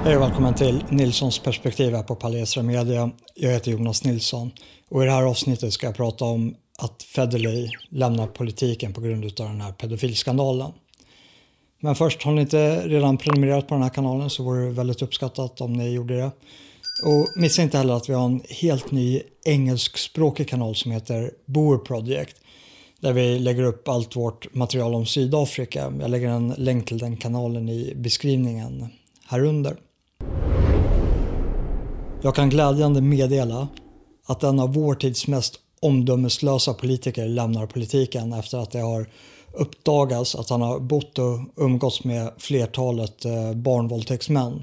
Hej och välkommen till Nilssons perspektiv här på Palestra Media. Jag heter Jonas Nilsson och i det här avsnittet ska jag prata om att Federley lämnar politiken på grund av den här pedofilskandalen. Men först, har ni inte redan prenumererat på den här kanalen så vore det väldigt uppskattat om ni gjorde det. Och missa inte heller att vi har en helt ny engelskspråkig kanal som heter Boer Project. Där vi lägger upp allt vårt material om Sydafrika. Jag lägger en länk till den kanalen i beskrivningen här under. Jag kan glädjande meddela att en av vår tids mest omdömeslösa politiker lämnar politiken efter att det har uppdagats att han har bott och umgåtts med flertalet barnvåldtäktsmän.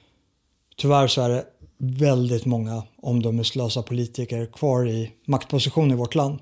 Tyvärr så är det väldigt många omdömeslösa politiker kvar i maktposition i vårt land.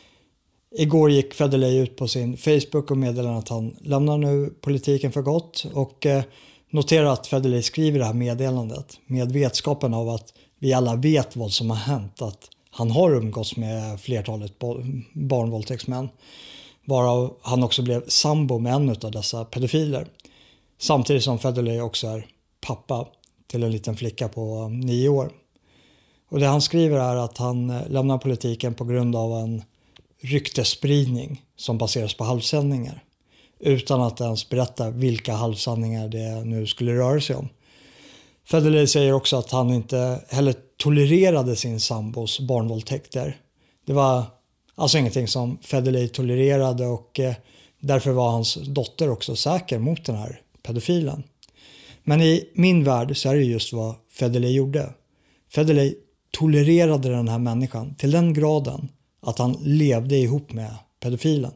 Igår gick Federley ut på sin Facebook och meddelade att han lämnar nu politiken för gott och notera att Federley skriver det här meddelandet med vetskapen av att vi alla vet vad som har hänt. Att han har umgåtts med flertalet barnvåldtäktsmän. Varav han också blev sambo med en av dessa pedofiler. Samtidigt som Federley också är pappa till en liten flicka på 9 år. Och det han skriver är att han lämnar politiken på grund av en ryktesspridning som baseras på halvsändningar. Utan att ens berätta vilka halvsanningar det nu skulle röra sig om. Federley säger också att han inte heller tolererade sin sambos barnvåldtäkter. Det var alltså ingenting som Federley tolererade och därför var hans dotter också säker mot den här pedofilen. Men i min värld så är det just vad Federley gjorde. Federley tolererade den här människan till den graden att han levde ihop med pedofilen.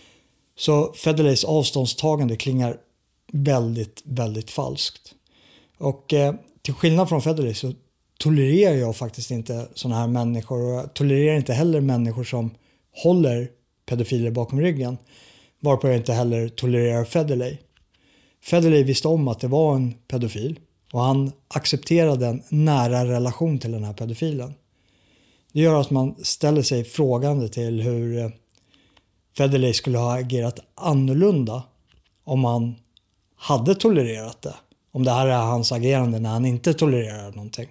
Så Federleys avståndstagande klingar väldigt, väldigt falskt. Och till skillnad från Federley så tolererar jag faktiskt inte sådana här människor. Och jag tolererar inte heller människor som håller pedofiler bakom ryggen. Varpå jag inte heller tolererar Federley. Federley visste om att det var en pedofil. Och han accepterade en nära relation till den här pedofilen. Det gör att man ställer sig frågande till hur Federley skulle ha agerat annorlunda om han hade tolererat det. Om det här är hans agerande när han inte tolererar någonting.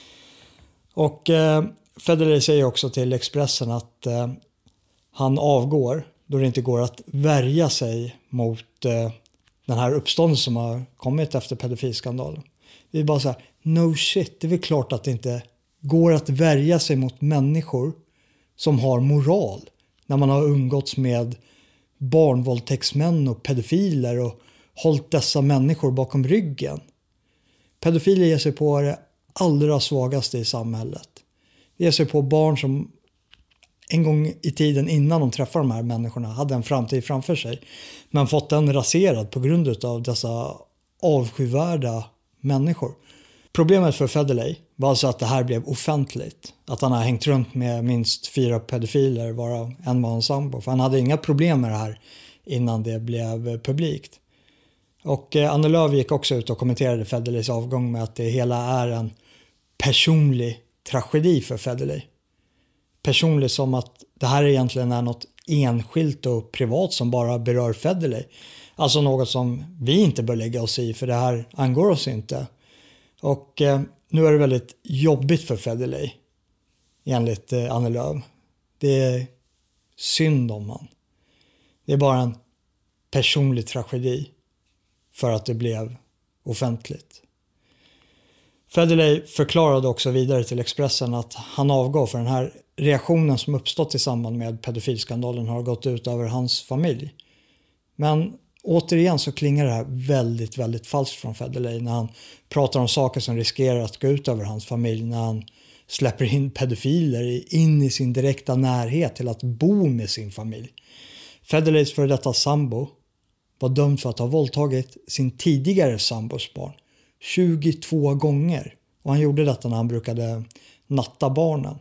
Och Federley säger också till Expressen att han avgår då det inte går att värja sig mot den här uppståndelsen som har kommit efter pedofilskandalen. Det är bara så här, no shit, det är väl klart att det inte går att värja sig mot människor som har moral. När man har umgåtts med barnvåldtäktsmän och pedofiler och hållit dessa människor bakom ryggen. Pedofiler ger sig på det allra svagaste i samhället. Det ger sig på barn som en gång i tiden innan de träffar de här människorna hade en framtid framför sig. Men fått den raserad på grund av dessa avskyvärda människor. Problemet för Federley var alltså att det här blev offentligt. Att han har hängt runt med minst 4 pedofiler varav en var en sambo. För han hade inga problem med det här innan det blev publikt. Och Annie Lööf gick också ut och kommenterade Federleys avgång med att det hela är en personlig tragedi för Federley. Personligt som att det här egentligen är något enskilt och privat som bara berör Federley. Alltså något som vi inte bör lägga oss i för det här angår oss inte. Och nu är det väldigt jobbigt för Federley enligt Annie Lööf. Det är synd om han. Det är bara en personlig tragedi för att det blev offentligt. Federley förklarade också vidare till Expressen att han avgår för den här reaktionen som uppstått i samband med pedofilskandalen har gått ut över hans familj. Men återigen så klingar det här väldigt, väldigt falskt från Federley när han pratar om saker som riskerar att gå ut över hans familj, när han släpper in pedofiler in i sin direkta närhet till att bo med sin familj. Federleys för detta sambo var dömd för att ha våldtagit sin tidigare sambos barn 22 gånger. Och han gjorde detta när han brukade natta barnen.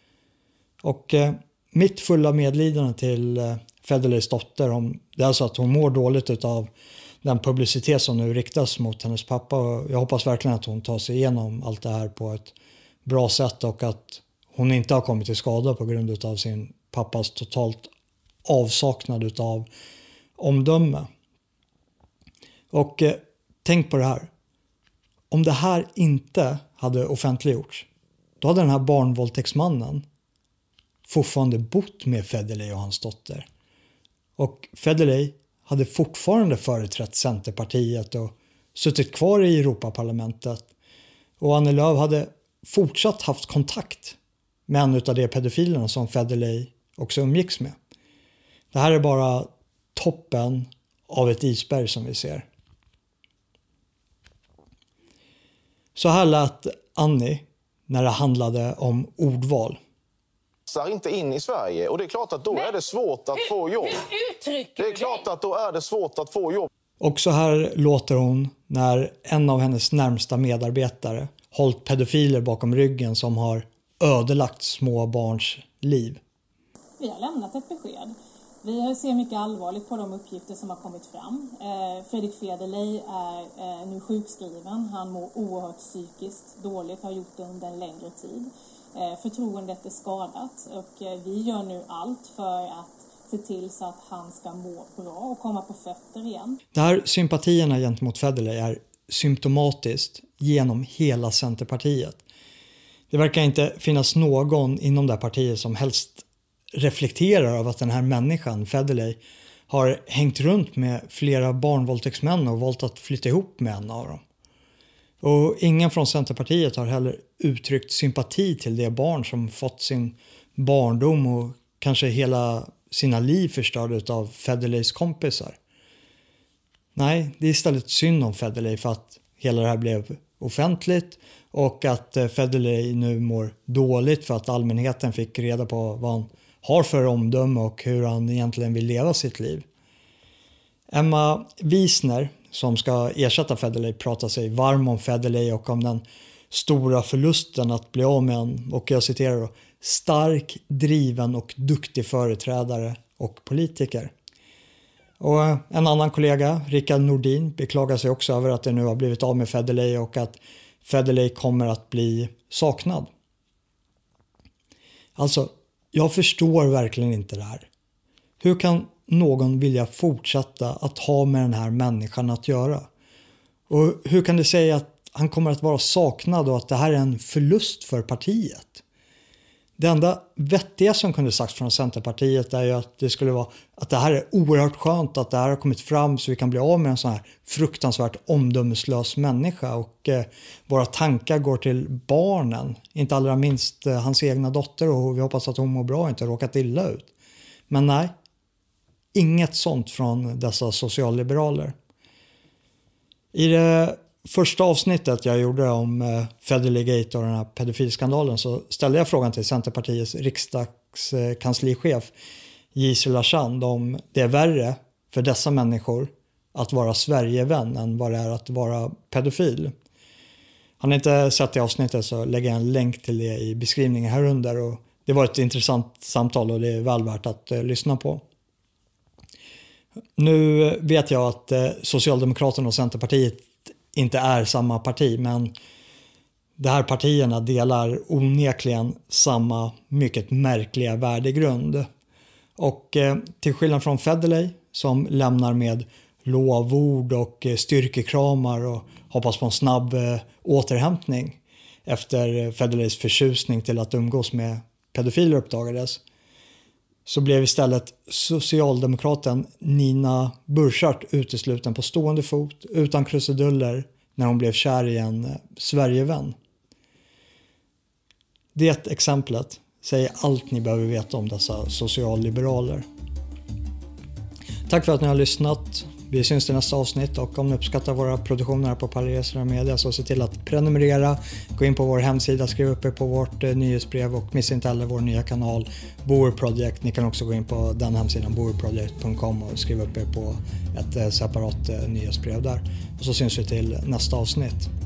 Och mitt fulla medlidande till Federleys dotter, om det är alltså att hon mår dåligt av den publicitet som nu riktas mot hennes pappa. Och jag hoppas verkligen att hon tar sig igenom allt det här på ett bra sätt och att hon inte har kommit till skada på grund av sin pappas totalt avsaknad av omdöme. Och tänk på det här. om det här inte hade offentliggjorts, då hade den här barnvåldtäktsmannen fortfarande bott med Federley och hans dotter. Och Federley hade fortfarande företrätt Centerpartiet och suttit kvar i Europaparlamentet. Och Annie Lööf hade fortsatt haft kontakt med en av de pedofilerna som Federley också umgicks med. Det här är bara toppen av ett isberg som vi ser. Så här lät Annie när det handlade om ordval. Inte in i Sverige, och det är klart att då är det svårt att få jobb. Det är klart att då är det svårt att få jobb. Och så här låter hon när en av hennes närmsta medarbetare hållit pedofiler bakom ryggen som har ödelagt små barns liv. Vi har lämnat ett besked. Vi ser mycket allvarligt på de uppgifter som har kommit fram. Fredrik Federley är nu sjukskriven. Han mår oerhört psykiskt dåligt, har gjort det under en längre tid. Förtroendet är skadat och vi gör nu allt för att se till så att han ska må bra och komma på fötter igen. De här sympatierna gentemot Federley är symptomatiskt genom hela Centerpartiet. Det verkar inte finnas någon inom det här partiet som helst reflekterar över att den här människan, Federley, har hängt runt med flera barnvåldtäktsmän och valt att flytta ihop med en av dem. Och ingen från Centerpartiet har heller uttryckt sympati till det barn som fått sin barndom och kanske hela sina liv förstörd av Federleys kompisar. Nej, det är istället synd om Federley för att hela det här blev offentligt och att Federley nu mår dåligt för att allmänheten fick reda på vad han har för omdöme och hur han egentligen vill leva sitt liv. Emma Wiesner, som ska ersätta Federley, pratar sig varm om Federley och om den stora förlusten att bli av med en, och jag citerar då, stark, driven och duktig företrädare och politiker. Och en annan kollega, Rickard Nordin, beklagar sig också över att det nu har blivit av med Federley och att Federley kommer att bli saknad. Alltså, jag förstår verkligen inte det här. Hur kan någon vilja fortsätta att ha med den här människan att göra? Och hur kan det säga att han kommer att vara saknad och att det här är en förlust för partiet? Det enda vettiga som kunde sagts från Centerpartiet är ju att det skulle vara att det här är oerhört skönt att det här har kommit fram så vi kan bli av med en sån här fruktansvärt omdömeslös människa och våra tankar går till barnen, inte allra minst hans egna dotter, och vi hoppas att hon mår bra och inte råkat illa ut. Men nej, inget sånt från dessa socialliberaler. I det första avsnittet jag gjorde om Federleygate och den här pedofilskandalen så ställde jag frågan till Centerpartiets riksdagskanslichef Gisela Chand om det är värre för dessa människor att vara Sverigevän än vad det är att vara pedofil. Har ni inte sett det avsnittet så lägger jag en länk till det i beskrivningen här under, och det var ett intressant samtal och det är väl värt att lyssna på. Nu vet jag att Socialdemokraterna och Centerpartiet inte är samma parti, men de här partierna delar onekligen samma mycket märkliga värdegrund. Och till skillnad från Federley som lämnar med lovord och styrkekramar och hoppas på en snabb återhämtning efter Federleys förtjusning till att umgås med pedofiler uppdagades, så blev istället socialdemokraten Nina Burchard utesluten på stående fot utan krusiduller när hon blev kär i en Sverigevän. Det exemplet säger allt ni behöver veta om dessa socialliberaler. Tack för att ni har lyssnat. Vi syns i nästa avsnitt, och om ni uppskattar våra produktioner här på Palliresera Media så se till att prenumerera, gå in på vår hemsida, skriv upp er på vårt nyhetsbrev och missa inte heller vår nya kanal Boer Project. Ni kan också gå in på den hemsidan boerproject.com och skriva upp er på ett separat nyhetsbrev där. Och så syns vi till nästa avsnitt.